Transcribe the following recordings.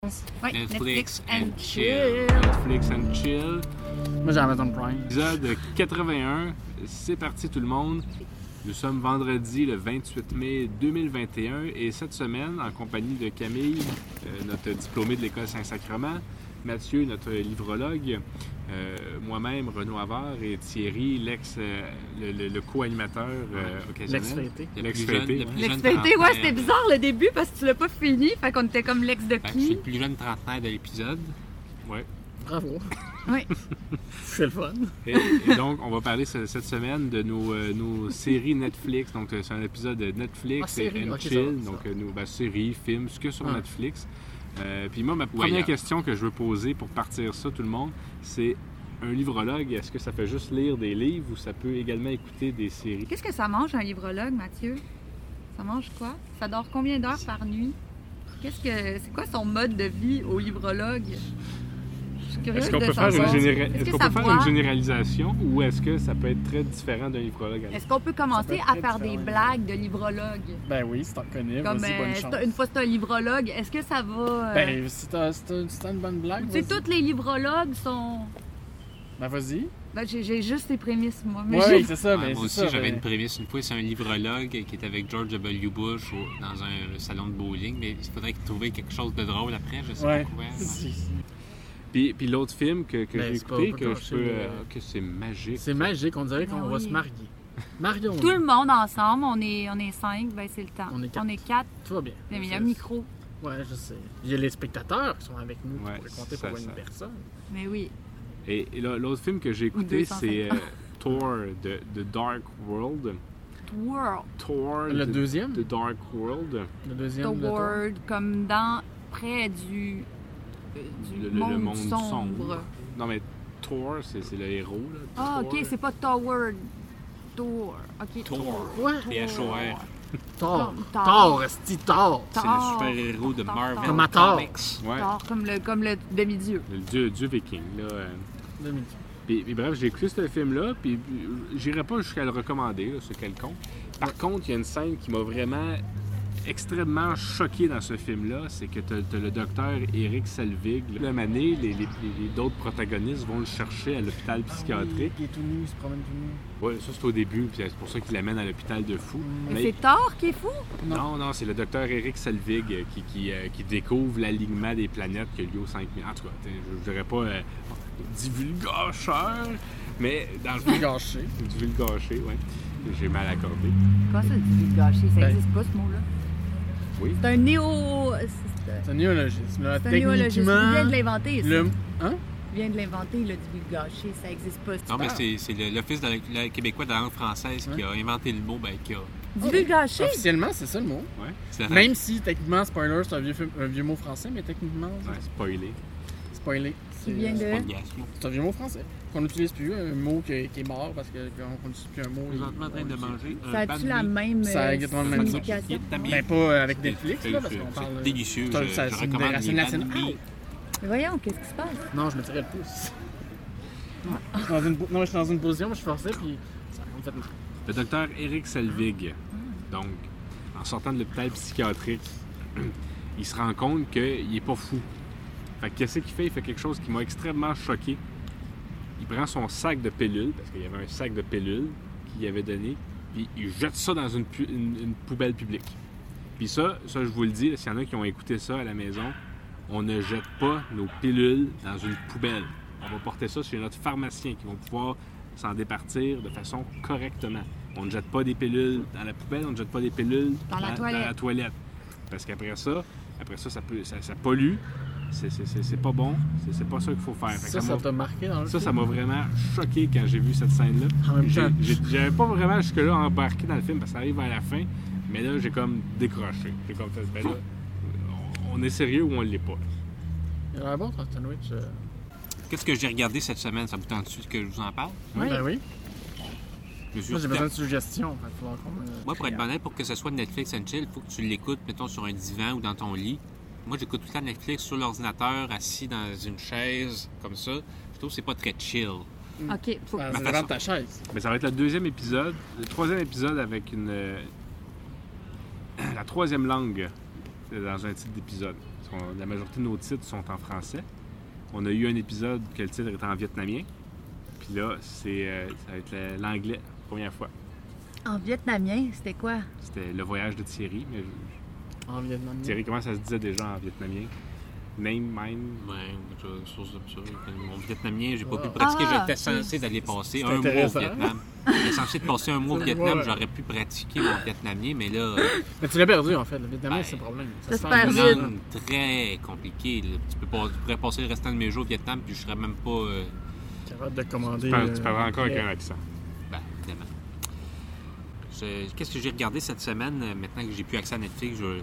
Ouais, Netflix and chill. Netflix and chill. Moi, j'ai Amazon Prime. Épisode 81. C'est parti tout le monde. Nous sommes vendredi le 28 mai 2021 et cette semaine, en compagnie de Camille, notre diplômé de l'École Saint-Sacrement, Mathieu, notre livrologue, moi-même, Renaud Havard et Thierry, le co-animateur occasionnel. L'ex-fêté. L'ex-fêté, ouais, c'était bizarre le début parce que tu l'as pas fini, fait qu'on était comme l'ex de Je suis qui. le plus jeune trentenaire de l'épisode. Ouais. Bravo. Oui. C'est le fun. Et donc, on va parler cette semaine de nos séries Netflix. Donc, c'est un épisode de Netflix et série, ok, Chill. ça va. Donc, nos séries, films, ce que sur Ah. Netflix. Puis moi, ma première question que je veux poser pour partir ça, tout le monde, c'est un livrologue, est-ce que ça fait juste lire des livres ou ça peut également écouter des séries? Qu'est-ce que ça mange un livrologue, Mathieu? Ça mange quoi? Ça dort combien d'heures par nuit? C'est quoi son mode de vie au livrologue? Je suis curieuse Est-ce qu'on de peut faire, savoir. est-ce qu'on peut faire une généralisation ou est-ce que ça peut être très différent d'un livrologue? Est-ce qu'on peut commencer Ça peut être à très faire des différent. blagues de livrologue? Ben oui, si t'en connais, Comme vas-y, bonne chance. une fois que c'est un livrologue, est-ce que ça va... Ben, si t'as une bonne blague, tu sais, vas-y. tous les livrologues sont... Ben, vas-y. Ben, j'ai juste les prémices, moi. Mais Oui, c'est ça, Ouais, mais moi c'est aussi, ça. j'avais ben- une prémisse. Une fois, c'est un livrologue qui était avec George W. Bush dans un salon de bowling. Mais il faudrait trouver quelque chose de drôle après. Je sais Ouais. pas quoi. Puis l'autre film que Ben, j'ai c'est pas- écouté, pas que je gâcher, peux... que c'est magique. C'est magique, on dirait qu'on Ah va oui. se marier. Marions. tout le monde ensemble, on est 5, ben c'est le temps. On est quatre. On est 4, Tout va bien. mais il y a un micro. Ouais, je sais. Il y a les spectateurs qui sont avec nous, Ouais, qui pourraient compter ça, pour ça. une personne. Mais oui. Et l'autre film que j'ai écouté, 250. c'est Thor, The Dark World. World. Thor, Le The deuxième? Dark World. Le The deuxième. de toi? World, comme dans... près du Le monde, monde sombre. sombre. Non, mais Thor, c'est le héros. Là. Ah, Thor. ok, c'est pas Tower. Thor. Ok, Thor. Quoi? T-H-O-R. Thor. Comme Thor. Thor, esti Thor. C'est le super-héros de Marvel Comme à Thor. Comics. Ouais, Thor, comme le demi-dieu. le dieu viking. Là, Puis bref, j'ai écouté ce film-là, puis j'irai pas jusqu'à le recommander, là, c'est quelconque. Par contre, il y a une scène qui m'a vraiment extrêmement choqué dans ce film-là, c'est que t'as le docteur Eric Selvig. Là, la manée, les d'autres protagonistes vont le chercher à l'hôpital psychiatrique. Il est tout nu, il se promène tout nu. Ouais, ça c'est au début, puis c'est pour ça qu'il l'amène à l'hôpital de fou. Mais c'est Thor qui est fou? Non, c'est le docteur Eric Selvig qui découvre l'alignement des planètes qui a lieu au 5000. En tout cas, je dirais pas divulgacheur, mais dans le fond, Gâché. divulgaché, ouais. J'ai mal accordé. Quoi ça, du gâché? Ça Ben. existe pas, ce mot-là. Oui. C'est un néo... C'est un néologisme. Là. C'est un néologisme. Il Techniquement, vient de l'inventer, ça. Hein? Il vient de l'inventer, le divulgaché. Ça existe pas. Non, mais c'est l'Office le québécois de la langue française qui a inventé le mot, qui a... Divulgaché? Officiellement, c'est ça le mot. Ouais. c'est la- Même si, techniquement, spoiler, c'est un vieux mot français, mais techniquement, Ouais, spoilé. spoiler. Qui vient de... Spoiliation. C'est un vieux mot français. Qu'on n'utilise plus, un mot qui est mort parce qu'on n'utilise plus un mot. Présentement en train de manger Ça a-tu la même Ça a exactement le même signification? Mais pas avec Netflix, là, parce qu'on C'est parle. délicieux. Ça, Je c'est une recommande racine les nationale. banh mi. Mais voyons, qu'est-ce qui se passe? Non, je me tirais le pouce. Je suis dans une position, mais je suis forcé, puis ça a fait mal. Le docteur Eric Selvig, donc, en sortant de l'hôpital psychiatrique, il se rend compte qu'il est pas fou. Fait que qu'est-ce qu'il fait? Il fait quelque chose qui m'a extrêmement choqué. Il prend son sac de pilules, parce qu'il y avait un sac de pilules qu'il avait donné, puis il jette ça dans une poubelle publique. Puis ça, je vous le dis, s'il y en a qui ont écouté ça à la maison, on ne jette pas nos pilules dans une poubelle. On va porter ça chez notre pharmacien qui va pouvoir s'en départir de façon correctement. On ne jette pas des pilules dans la poubelle, on ne jette pas des pilules Dans la toilette. dans la toilette. Parce qu'après ça, ça pollue, c'est pas bon, c'est pas ça qu'il faut faire. Fait que Ça t'a marqué dans le ça film? m'a vraiment choqué quand j'ai vu cette scène-là. En même temps. J'avais pas vraiment jusque-là embarqué dans le film parce que ça arrive à la fin, mais là, j'ai comme décroché. J'ai comme fait, ben là, on est sérieux ou on l'est pas. Il a l'air bon, ton sandwich. Qu'est-ce que j'ai regardé cette semaine? Ça vous tente-tu que je vous en parle? Oui. Ben oui. Je me suis Moi, j'ai dit- besoin de suggestions. Il va falloir qu'on me- Moi, pour être honnête, pour que ce soit Netflix and chill, il faut que tu l'écoutes, mettons, sur un divan ou dans ton lit. Moi, j'écoute tout le temps Netflix sur l'ordinateur, assis dans une chaise, comme ça. Je trouve que c'est pas très chill. OK. Faut... Ah, Ma c'est façon. devant ta chaise. Mais ça va être le deuxième épisode, le troisième épisode avec la troisième langue dans un titre d'épisode. la majorité de nos titres sont en français. On a eu un épisode que le titre est en vietnamien. Puis là, ça va être l'anglais, première fois. En vietnamien, c'était quoi? C'était Le Voyage de Thierry. Mais En vietnamien. Thierry, comment ça se disait déjà en vietnamien? Name, mine. Ouais, quelque chose comme ça. Mon vietnamien, j'ai pas pu pratiquer. J'étais censé d'aller passer un mois au intéressant. Vietnam. J'étais censé de passer un mois au Vietnam. Ouais. J'aurais pu pratiquer mon vietnamien, mais là, Mais tu l'as perdu, en fait. Le vietnamien, Ben, c'est le problème. ça se se perd perd c'est vite. vite. une langue très compliquée. Là. Tu pourrais passer le restant de mes jours au Vietnam, puis je serais même pas... Capable de commander. Tu parles encore avec un accent. Ben, évidemment. Qu'est-ce que j'ai regardé cette semaine, maintenant que j'ai plus accès à Netflix? Je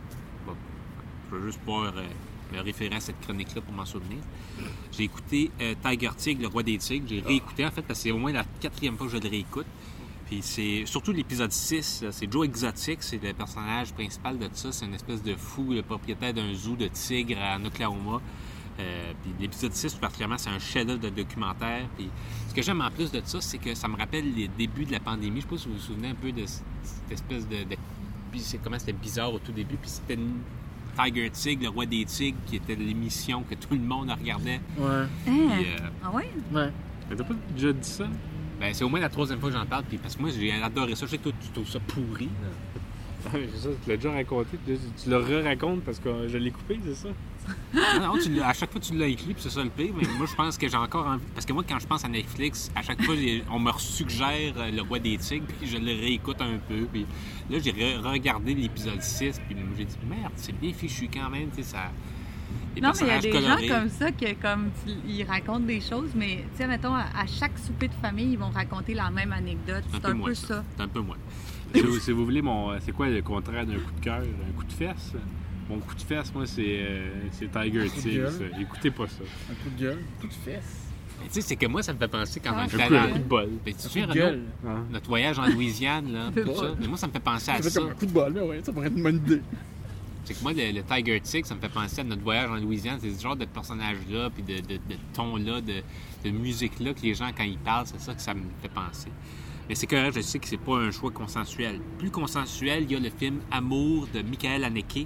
vais juste pouvoir me référer à cette chronique-là pour m'en souvenir. J'ai écouté Tiger Tigre, le roi des tigres. J'ai réécouté, en fait, parce que c'est au moins la 4e fois que je le réécoute. Puis c'est surtout l'épisode 6, là, c'est Joe Exotic, c'est le personnage principal de ça. C'est une espèce de fou, le propriétaire d'un zoo de tigres en Oklahoma. Puis l'épisode 6, particulièrement, c'est un chef-d'œuvre de documentaire. Puis ce que j'aime en plus de ça, c'est que ça me rappelle les débuts de la pandémie. Je sais pas si vous vous souvenez un peu de cette espèce de c'est comment c'était bizarre au tout début. Puis c'était Tiger Tigre, le roi des tigres, qui était l'émission que tout le monde regardait. Ouais. Puis, Ah ouais? Ouais. Mais t'as pas déjà dit ça? ben, c'est au moins la 3e fois que j'en parle. Puis parce que moi, j'ai adoré ça. Je sais que toi, tu trouves ça pourri. Là. C'est ça, tu l'as déjà raconté, puis là, tu le re-racontes parce que je l'ai coupé, c'est ça? Non, à chaque fois, tu l'as écrit, puis c'est ça le pire. Mais moi, je pense que j'ai encore envie. Parce que moi, quand je pense à Netflix, à chaque fois, on me suggère Le Roi des Tigres, puis je le réécoute un peu. Puis là, j'ai regardé l'épisode 6, puis j'ai dit, merde, c'est bien fichu quand même, tu sais, ça. Les Non, mais il y a personnages des colorés. gens comme ça que ils racontent des choses, mais tu sais, mettons, à chaque souper de famille, ils vont raconter la même anecdote. C'est un peu ça. C'est un peu moins. Si vous voulez, c'est quoi le contraire d'un coup de cœur? Un coup de fesse? Mon coup de fesse, moi, c'est Tiger coup de Tigre. gueule. Ça. Écoutez pas ça. Un coup de gueule, un coup de fesse. Mais tu sais, c'est que moi, ça me fait penser quand on Ah, était Un allé coup de bol. Ben, tu te Un souviens, coup de Renaud, gueule. Hein? notre voyage en Louisiane, là, C'est tout pas- ça. Mais moi, ça me fait penser à Ça fait ça. comme un coup de bol, mais ouais, ça pourrait être une bonne idée. C'est que moi, le Tiger Tigre, ça me fait penser à notre voyage en Louisiane. C'est ce genre de personnage-là, puis de ton-là, de musique-là, que les gens, quand ils parlent, c'est ça que ça me fait penser. Mais c'est correct, je sais que c'est pas un choix consensuel. Plus consensuel, il y a le film Amour de Michael Haneke.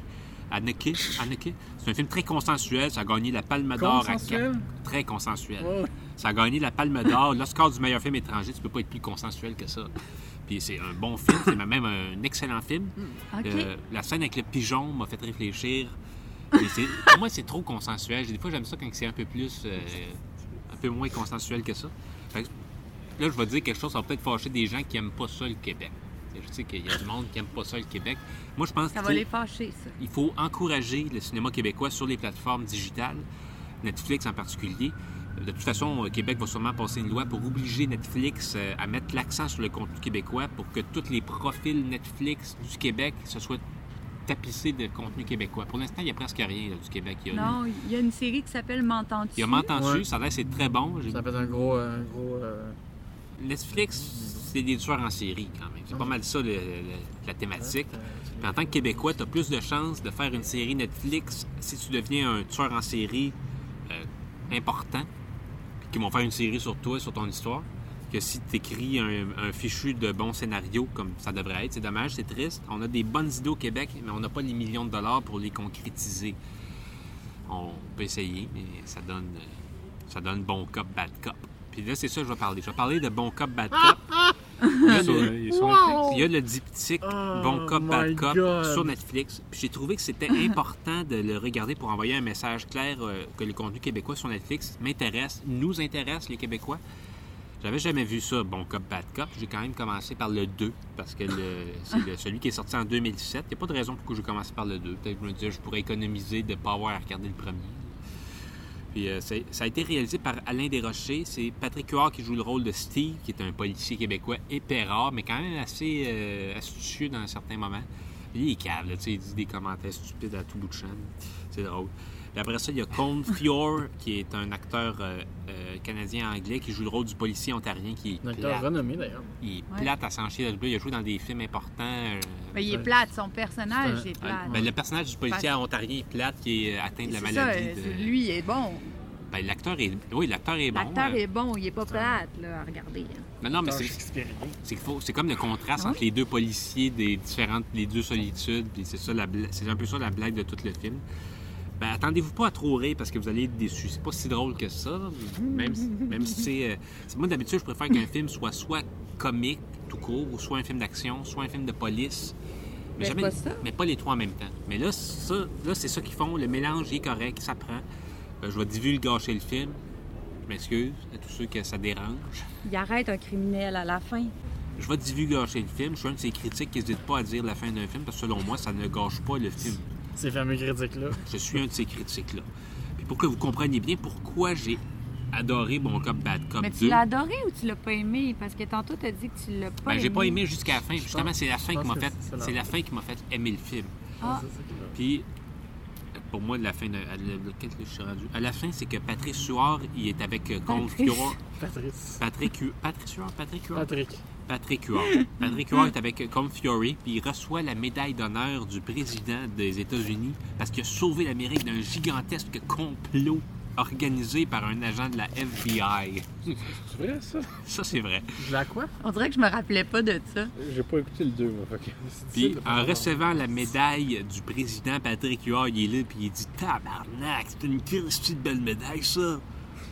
C'est un film très consensuel. Ça a gagné la Palme d'Or à Consensuel? Cannes. Très consensuel. Ouais. Ça a gagné la Palme d'Or, l'Oscar du meilleur film étranger. Tu peux pas être plus consensuel que ça. Puis c'est un bon film, c'est même un excellent film. OK. La scène avec le pigeon m'a fait réfléchir. Mais pour moi, c'est trop consensuel. Des fois, j'aime ça quand c'est un peu plus, un peu moins consensuel que ça. Fait que, là, je vais dire quelque chose, ça va peut-être fâcher des gens qui aiment pas ça le Québec. Je sais qu'il y a du monde qui aime pas ça le Québec. Moi, je pense Ça qu'il va les fâcher, ça. il faut encourager le cinéma québécois sur les plateformes digitales, Netflix en particulier. De toute façon, Québec va sûrement passer une loi pour obliger Netflix à mettre l'accent sur le contenu québécois pour que tous les profils Netflix du Québec se soient tapissés de contenu québécois. Pour l'instant, il n'y a presque rien là, du Québec. Non, il y a une série qui s'appelle M'entends-tu? Il y a M'entends-tu, Ouais. ça a l'air c'est très bon. Ça fait un gros. Netflix, c'est des tueurs en série quand même. C'est pas mal ça la thématique. Puis en tant que Québécois, tu as plus de chances de faire une série Netflix si tu deviens un tueur en série important, puis qu'ils vont faire une série sur toi, sur ton histoire, que si tu écris un fichu de bons scénarios comme ça devrait être. C'est dommage, c'est triste. On a des bonnes idées au Québec, mais on n'a pas les millions de dollars pour les concrétiser. On peut essayer, mais ça donne bon cop, bad cop. Puis là, c'est ça que je vais parler. Je vais parler de bon cop, bad cop. Il y a il y a le diptyque Bon Cop, Bad Cop sur Netflix. Puis j'ai trouvé que c'était important de le regarder pour envoyer un message clair que le contenu québécois sur Netflix nous intéresse, les Québécois. J'avais jamais vu ça, Bon Cop, Bad Cop. J'ai quand même commencé par le 2, parce que c'est celui qui est sorti en 2017. Il n'y a pas de raison pourquoi j'ai commencé par le 2. Peut-être que je me disais je pourrais économiser de ne pas avoir à regarder le premier. Puis ça a été réalisé par Alain Desrochers. C'est Patrick Huard qui joue le rôle de Steve, qui est un policier québécois épais rare, mais quand même assez astucieux dans certains moments. Lui, il est cave, là, il dit des commentaires stupides à tout bout de champ. C'est drôle. Puis après ça, il y a Colm Feore, qui est un acteur canadien-anglais, qui joue le rôle du policier ontarien, qui est Un acteur plate. renommé d'ailleurs. Il est plate à s'en chier de il a joué dans des films importants. Mais il est plate, son personnage C'est un- est plate. Ben, le personnage du policier ontarien est plate, qui est atteint de la C'est ça, maladie. de... lui, il est bon. Ben, l'acteur est bon. L'acteur est bon, il est pas plate, là, à regarder. Non, mais Acteur c'est shakespearien. c'est comme le contraste entre les deux policiers des différentes, les deux solitudes, puis c'est ça c'est un peu ça la blague de tout le film. Ben, attendez-vous pas à trop rire parce que vous allez être déçus. C'est pas si drôle que ça. Là. Même si c'est... Moi, d'habitude, je préfère qu'un film soit comique, tout court, ou soit un film d'action, soit un film de police. Mais jamais, pas ça. mais pas les trois en même temps. Mais là, c'est ça qu'ils font. Le mélange il est correct, ça prend. Je vais divulgacher le film. Je m'excuse à tous ceux que ça dérange. Il arrête un criminel à la fin. Je vais divulgacher le film. Je suis un de ces critiques qui n'hésitent pas à dire la fin d'un film parce que selon moi, ça ne gâche pas le film. Ces fameux critiques-là. Je suis un de ces critiques-là. Puis pour que vous compreniez bien pourquoi j'ai adoré Bon Cop, Bad Cop 2. Mais tu l'as adoré ou tu l'as pas aimé? Parce que tantôt, tu as dit que tu l'as pas aimé. J'ai pas aimé jusqu'à la fin. Justement, c'est la fin qui m'a fait... c'est C'est la fin qui m'a fait aimer le film. Ah. C'est ça qui va. Puis, pour moi, de la fin... Lequel je suis rendu? À la fin, c'est que Patrice Suard, il est avec Patrice. Patrick. Patrick Huard. Patrick Huard est avec Kung Fury, puis il reçoit la médaille d'honneur du président des États-Unis parce qu'il a sauvé l'Amérique d'un gigantesque complot organisé par un agent de la FBI. C'est vrai, ça? Ça, c'est vrai. Je l'ai à quoi? On dirait que je me rappelais pas de ça. J'ai pas écouté le 2, moi. Fait que... Puis, en recevant la médaille du président Patrick Huard, il est là, puis il dit « Tabarnak, c'est une christie de belle médaille, ça! Ah! »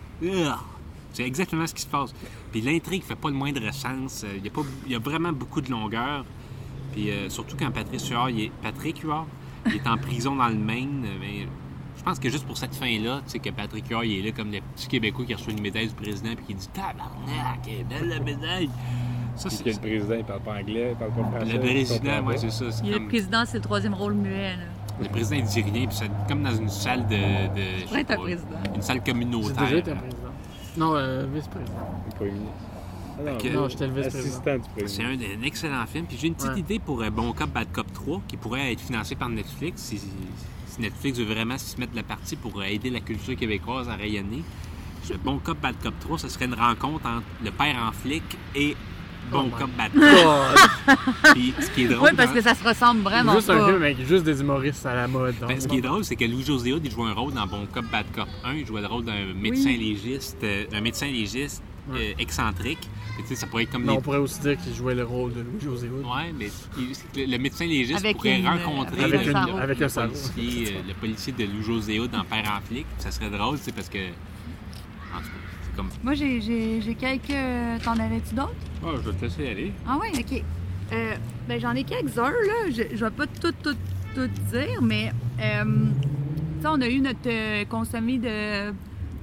C'est exactement ce qui se passe. Puis l'intrigue fait pas le moindre sens. Il y a vraiment beaucoup de longueur. Puis surtout quand Patrick Huard, il est en prison dans le Maine. Mais je pense que juste pour cette fin-là, tu sais, que Patrick Huard, il est là comme le petit Québécois qui reçoit une médaille du président puis qui dit « Tabarnak, elle est belle la médaille! » Ça, Puis que le président, il parle pas anglais, il parle pas français. Le président, moi, c'est ça. C'est Le comme... président, c'est le troisième rôle muet. Là. Le président, il dit rien, puis c'est comme dans une salle de je sais être un pas, président. une salle J'ai déjà communautaire. été un président. Non, vice-président. Pas éminent. Ah non, Fait que- Non, j'étais le vice-président. assistant du C'est président. un excellent film. Puis j'ai une petite Ouais. idée pour Bon Cop, Bad Cop 3 qui pourrait être financé par Netflix si Netflix veut vraiment se mettre de la partie pour aider la culture québécoise à rayonner. Bon Cop, Bad Cop 3, ce serait une rencontre entre le père en flic et Bon Oh Cop, my Bad Cop. Puis ce qui est drôle, Oui, parce que ça se ressemble vraiment Juste un pas. film avec juste des humoristes à la mode. donc. ben, ce qui est drôle, c'est que Louis-José Hood, il jouait un rôle dans Bon Cop, Bad Cop 1. Il jouait le rôle d'un médecin légiste, Ouais. excentrique. Et, tu sais, ça pourrait être comme Mais les... on pourrait aussi dire qu'il jouait le rôle de Louis-José Hood. Ouais, mais le médecin légiste Avec pourrait une- rencontrer avec le, un le- sarreau. Avec le un sarreau. le policier de Louis-José Hood dans Père en flic. Ça serait drôle, c'est parce que... En tout cas, c'est comme... Moi, j'ai quelques... T'en avais-tu d'autres? Oh, je vais te laisser aller. Ah oui, OK. Ben, j'en ai quelques-uns, là. Je vais pas tout dire, mais... tu sais, on a eu notre consommé de...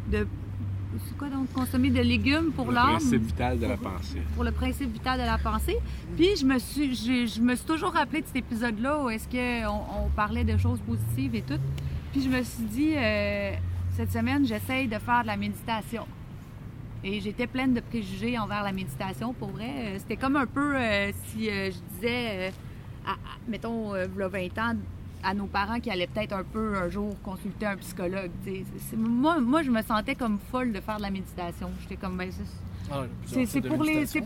C'est quoi donc? Consommé de légumes pour Le l'âme? principe vital de la pensée. Pour le principe vital de la pensée. Puis je me suis toujours rappelé de cet épisode-là où est-ce qu'on parlait de choses positives et tout. Puis je me suis dit, cette semaine, j'essaye de faire de la méditation. Et j'étais pleine de préjugés envers la méditation. Pour vrai, c'était comme un peu si je disais, mettons, il y a 20 ans, à nos parents qui allaient peut-être un peu un jour consulter un psychologue. Moi, je me sentais comme folle de faire de la méditation. J'étais comme, ben, Ah ouais, c'est de pour méditation.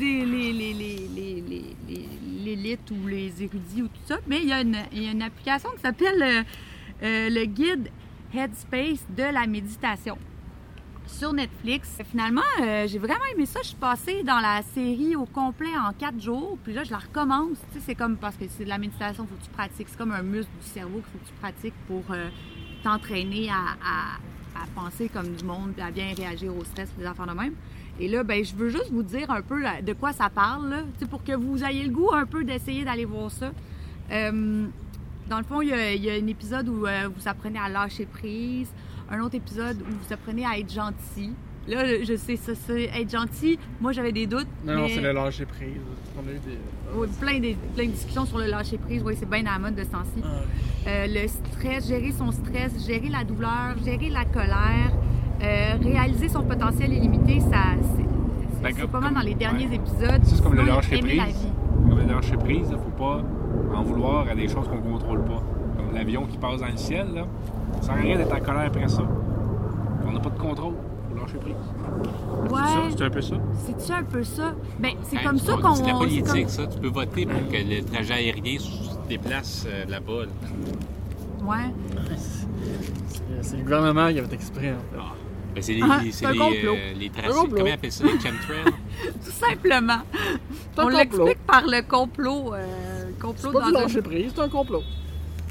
l'élite ou les érudits ou tout ça. Mais il y a une application qui s'appelle le guide Headspace de la méditation sur Netflix. Finalement, j'ai vraiment aimé ça. Je suis passée dans la série au complet en 4 jours. Puis là, je la recommence. Tu sais, c'est comme parce que c'est de la méditation, il faut que tu pratiques. C'est comme un muscle du cerveau qu'il faut que tu pratiques pour t'entraîner à penser comme du monde, à bien réagir au stress, des affaires de même. Et là, ben, je veux juste vous dire un peu de quoi ça parle, là, pour que vous ayez le goût un peu d'essayer d'aller voir ça. Dans le fond, il y a un épisode où vous apprenez à lâcher prise, un autre épisode où vous apprenez à être gentil. Là, je sais, ça, être gentil, moi j'avais des doutes. Non, mais... c'est le lâcher prise. On a eu des. Oui, plein de discussions sur le lâcher prise. Oui, c'est bien à la mode de ce temps-ci. Ah, Le stress, gérer son stress, gérer la douleur, gérer la colère, réaliser son potentiel illimité, c'est pas mal dans les derniers épisodes. C'est comme le Sinon, lâcher aimer la prise. vie. Comme le lâcher prise, il ne faut pas en vouloir à des choses qu'on ne contrôle pas. Comme l'avion qui passe dans le ciel, là. Ça sert à rien d'être en colère après ça. On n'a pas de contrôle. Il faut lâcher prise. Ouais, C'est un peu ça. c'est-tu un peu ça? Ben, c'est Hey, comme ça qu'on... C'est de la c'est politique, comme- ça. Tu peux voter pour que le trajet aérien se déplace là-bas. Là. Ouais. C'est le gouvernement qui a fait exprès, en fait. Ah. Ben, c'est c'est un complot. les Un tracés. complot. Comment ils appellent ça? Les chemtrails? Tout simplement. un On complot. l'explique par le complot. C'est Complot pas du dans un... lâcher prise, c'est un complot.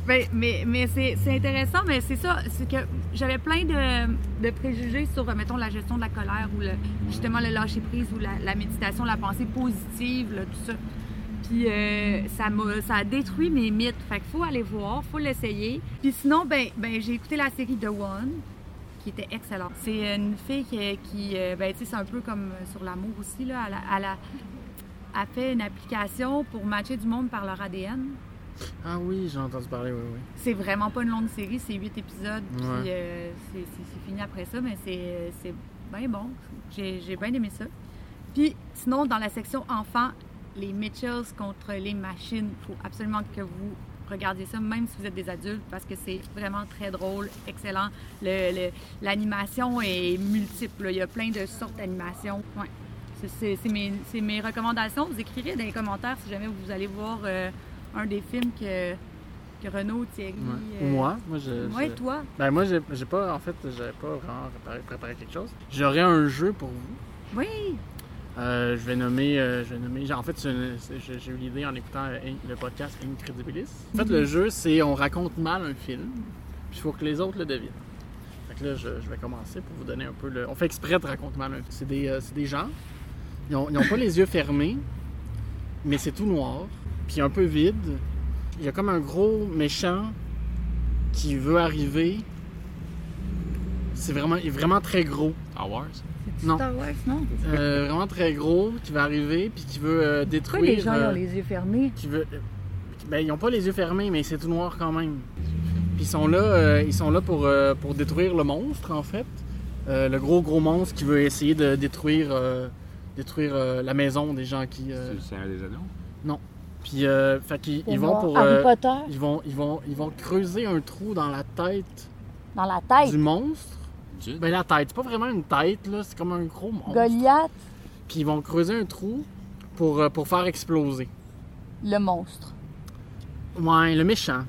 Mais c'est intéressant, mais c'est ça, c'est que j'avais plein de préjugés sur, mettons, la gestion de la colère ou justement le lâcher-prise ou la méditation, la pensée positive, là, tout ça. Puis ça a détruit mes mythes. Fait qu'il faut aller voir, faut l'essayer. Puis sinon, j'ai écouté la série The One, qui était excellente. C'est une fille qui tu sais, c'est un peu comme sur l'amour aussi, là. Elle a fait une application pour matcher du monde par leur ADN. Ah oui, j'ai entendu parler, oui. C'est vraiment pas une longue série, c'est 8 épisodes, puis c'est fini après ça, mais c'est bien bon. J'ai bien aimé ça. Puis sinon, dans la section enfants, les Mitchells contre les machines, il faut absolument que vous regardiez ça, même si vous êtes des adultes, parce que c'est vraiment très drôle, excellent. L'animation est multiple, là. Il y a plein de sortes d'animation. Ouais. C'est mes recommandations. Vous écrirez dans les commentaires si jamais vous allez voir un des films que Renaud, Thierry... Ou moi. Toi. Ben moi, j'avais pas vraiment préparé quelque chose. J'aurais un jeu pour vous. Oui! Je vais nommer. En fait, j'ai eu l'idée en écoutant le podcast Incredibilis. En fait, le jeu, c'est on raconte mal un film, puis il faut que les autres le devinent. Fait que là, je vais commencer pour vous donner un peu le. On fait exprès de raconter mal un film. C'est des gens. Ils ont pas les yeux fermés, mais c'est tout noir, puis un peu vide. Il y a comme un gros méchant qui veut arriver. Il est vraiment très gros. Star Wars? Non. Star Wars, non? Vraiment très gros, qui va arriver, puis qui veut détruire... Pourquoi les gens ils ont les yeux fermés? Ils n'ont pas les yeux fermés, mais c'est tout noir quand même. Puis ils sont là pour détruire le monstre, en fait. Le gros monstre qui veut essayer de détruire la maison des gens qui... C'est le Seigneur des Anneaux? Non. Puis, ils vont pour... Harry Potter? Ils vont creuser un trou dans la tête... Dans la tête? Du monstre. La tête, c'est pas vraiment une tête, là, c'est comme un gros monstre. Goliath? Puis ils vont creuser un trou pour faire exploser. Le monstre. Ouais, le méchant.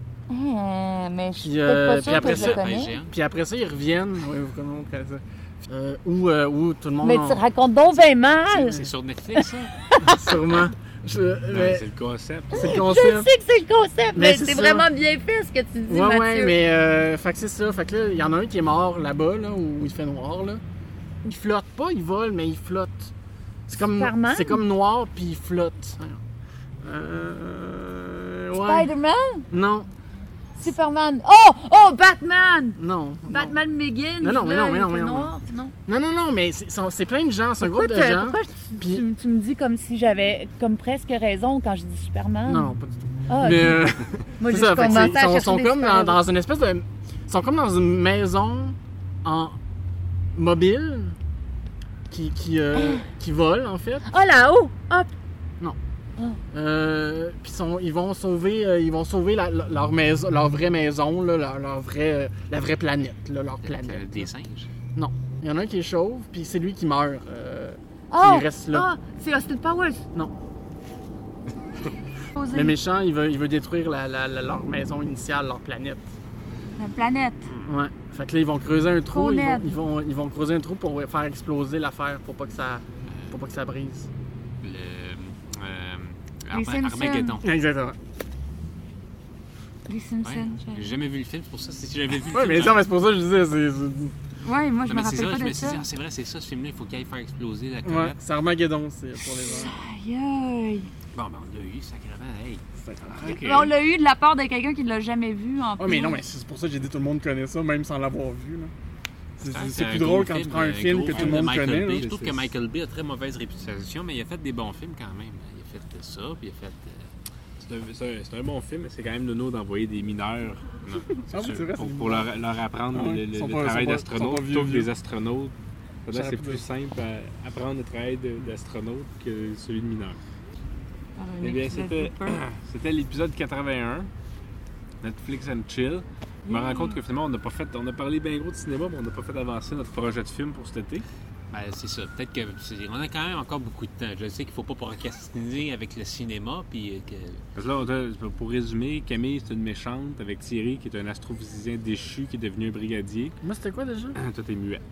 Mais je suis Puis, pas sûre puis après que je le connais. Puis après ça, ils reviennent. Oui, vous connaissez ça. Où tout le monde... Mais tu racontes donc bien mal! C'est sur Netflix, ça? Sûrement. C'est le concept. C'est le Je concept. sais que c'est le concept, mais c'est ça. vraiment bien fait ce que tu dis, Mathieu. Ouais, mais fait que c'est ça. Fait que là, il y en a un qui est mort là-bas, là, où il fait noir, là. Il flotte pas, il vole, mais il flotte. C'est comme noir, puis il flotte. Ouais. Spider-Man? Non. Superman? Oh, Batman! Non. Batman Begins? Non, mais non. Noir? Non, mais c'est plein de gens, c'est un groupe de gens. Pourquoi tu me dis comme si j'avais comme presque raison quand je dis Superman? Non, pas du tout. Ah, mais moi, c'est ça, fait que ils sont comme dans une espèce de... Ils sont comme dans une maison en mobile qui vole, en fait. Oh, là-haut! Hop! Non. Puis ils vont sauver leur maison, leur vraie maison, là, la vraie planète, là, leur planète. Des singes? Non. Il y en a un qui est chauve, puis c'est lui qui meurt. Oh! Qui reste là. Ah! C'est Austin Powers! Non. Le méchant, il veut détruire leur maison initiale, leur planète. La planète. Ouais. Fait que là, ils vont creuser un trou. Honnête. Ils vont creuser un trou pour faire exploser l'affaire, pour pas que ça brise. Armageddon. Exactement. Les Simpsons. Ouais, j'ai jamais vu le film, c'est pour ça. Si j'avais vu le Ouais, film, mais ça, c'est pour ça que je disais. Ouais, moi, je me c'est rappelle ça, pas je de me suis ça. dit, c'est vrai, c'est ça, ce film-là, il faut qu'il aille faire exploser la Ouais, comète. c'est Armageddon, c'est pour les gens. Aïe, Bon, ben, on l'a eu, sacrément, hey. aïe. On l'a eu de la part de quelqu'un qui ne l'a jamais vu en plus. Ouais, mais non, mais c'est pour ça que j'ai dit tout le monde connaît ça, même sans l'avoir vu. Là. C'est un plus gros drôle quand tu prends un film que tout le de monde Michael connaît. Bay. là. Je trouve que Michael Bay a très mauvaise réputation, mais il a fait des bons films quand même. Il a fait ça, puis il a fait... C'est un bon film, mais c'est quand même nono d'envoyer des mineurs Ah oui, c'est vrai, pour leur apprendre Ah ouais, le ils sont travail pas d'astronaute vieux, plutôt que vieux. des astronautes. C'est J'aurais plus pu simple à apprendre le travail d'astronaute que celui de mineur. Un Eh bien, épisode c'était l'épisode 81, Netflix and Chill. Je me rends compte que finalement, on a parlé bien gros de cinéma, mais on n'a pas fait avancer notre projet de film pour cet été. Ben, c'est ça. Peut-être qu'on a quand même encore beaucoup de temps. Je sais qu'il ne faut pas procrastiner avec le cinéma, puis que... Parce que là, pour résumer, Camille, c'est une méchante avec Thierry, qui est un astrophysicien déchu, qui est devenu un brigadier. Moi, c'était quoi déjà? Toi, t'es muet.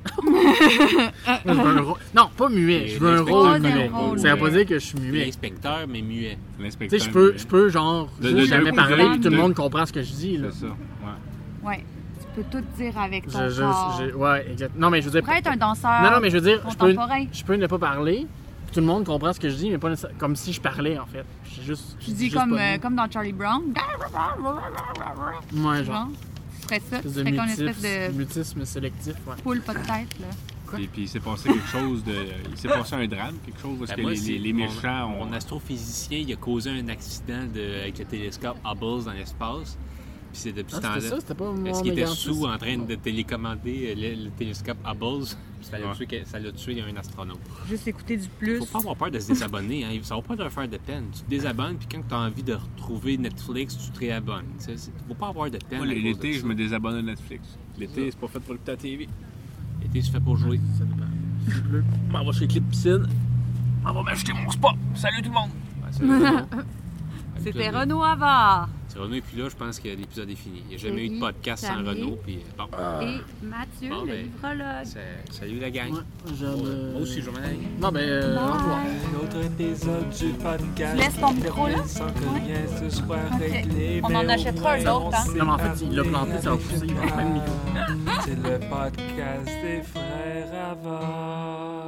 Je veux un rôle... Non, pas muet. Je veux un rôle muet. rôle, Ça veut pas muet. dire que je suis muet. L'inspecteur, mais muet. Tu L'inspecteur. sais, je peux genre, juste jamais parler puis tout le monde comprend ce que je dis, là. C'est ça. Ouais. Ouais. Tu peux tout dire avec ton corps. Ouais, exact. Non, mais je veux dire... Tu pourrais être un danseur Non, mais je veux dire, contemporain. je peux ne pas parler, puis tout le monde comprend ce que je dis, mais pas nécessairement comme si je parlais, en fait. Je dis comme dans Charlie Brown. Ouais, genre. Tu ferais ça. Tu Espèce de ferais comme une espèce de mutisme sélectif, ouais. poule pas de tête, là. Puis il s'est passé quelque chose de... Il s'est passé un drame, quelque chose parce que moi, les méchants ont... Mon astrophysicien, il a causé un accident avec le télescope Hubble dans l'espace. Puis c'est depuis ce Ah, c'était temps-là. ça? C'était pas mon Est-ce qu'il était mégantisme? sous en train de télécommander le télescope Hubble? Puis ça l'a tué un astronaute. Juste écouter du plus. Faut pas avoir peur de se désabonner. Hein. Ça va pas te faire de peine. Tu te désabonnes, puis quand tu as envie de retrouver Netflix, tu te réabonnes. Faut pas avoir de peine. Moi, à cause l'été, de je ça. me désabonne de Netflix. L'été, c'est pas fait pour écouter la TV. L'été, c'est fait pour jouer. Ça dépend. Il pleut. On va chez Clip Piscine. On va m'acheter mon spa. Salut tout le monde. C'était Renaud Havard. C'est Renaud et puis là, je pense que l'épisode est fini. Il n'y a jamais eu de Thierry podcast sans Chamier. Renaud. Puis bon, Et Mathieu, Bon, le ben, livrologue. salut la gang. Ouais, j'aime, Moi aussi, je vais m'en aller. Non, mais au revoir. Un autre épisode du podcast. Tu laisses ton micro là? Sans que Ouais. rien se soit Ok. réglé. On en mais achètera au un moins, autre, hein? on Non, mais en fait, s'est il l'a planté, ça va pousser. Il va faire le micro. C'est le podcast des frères Havard.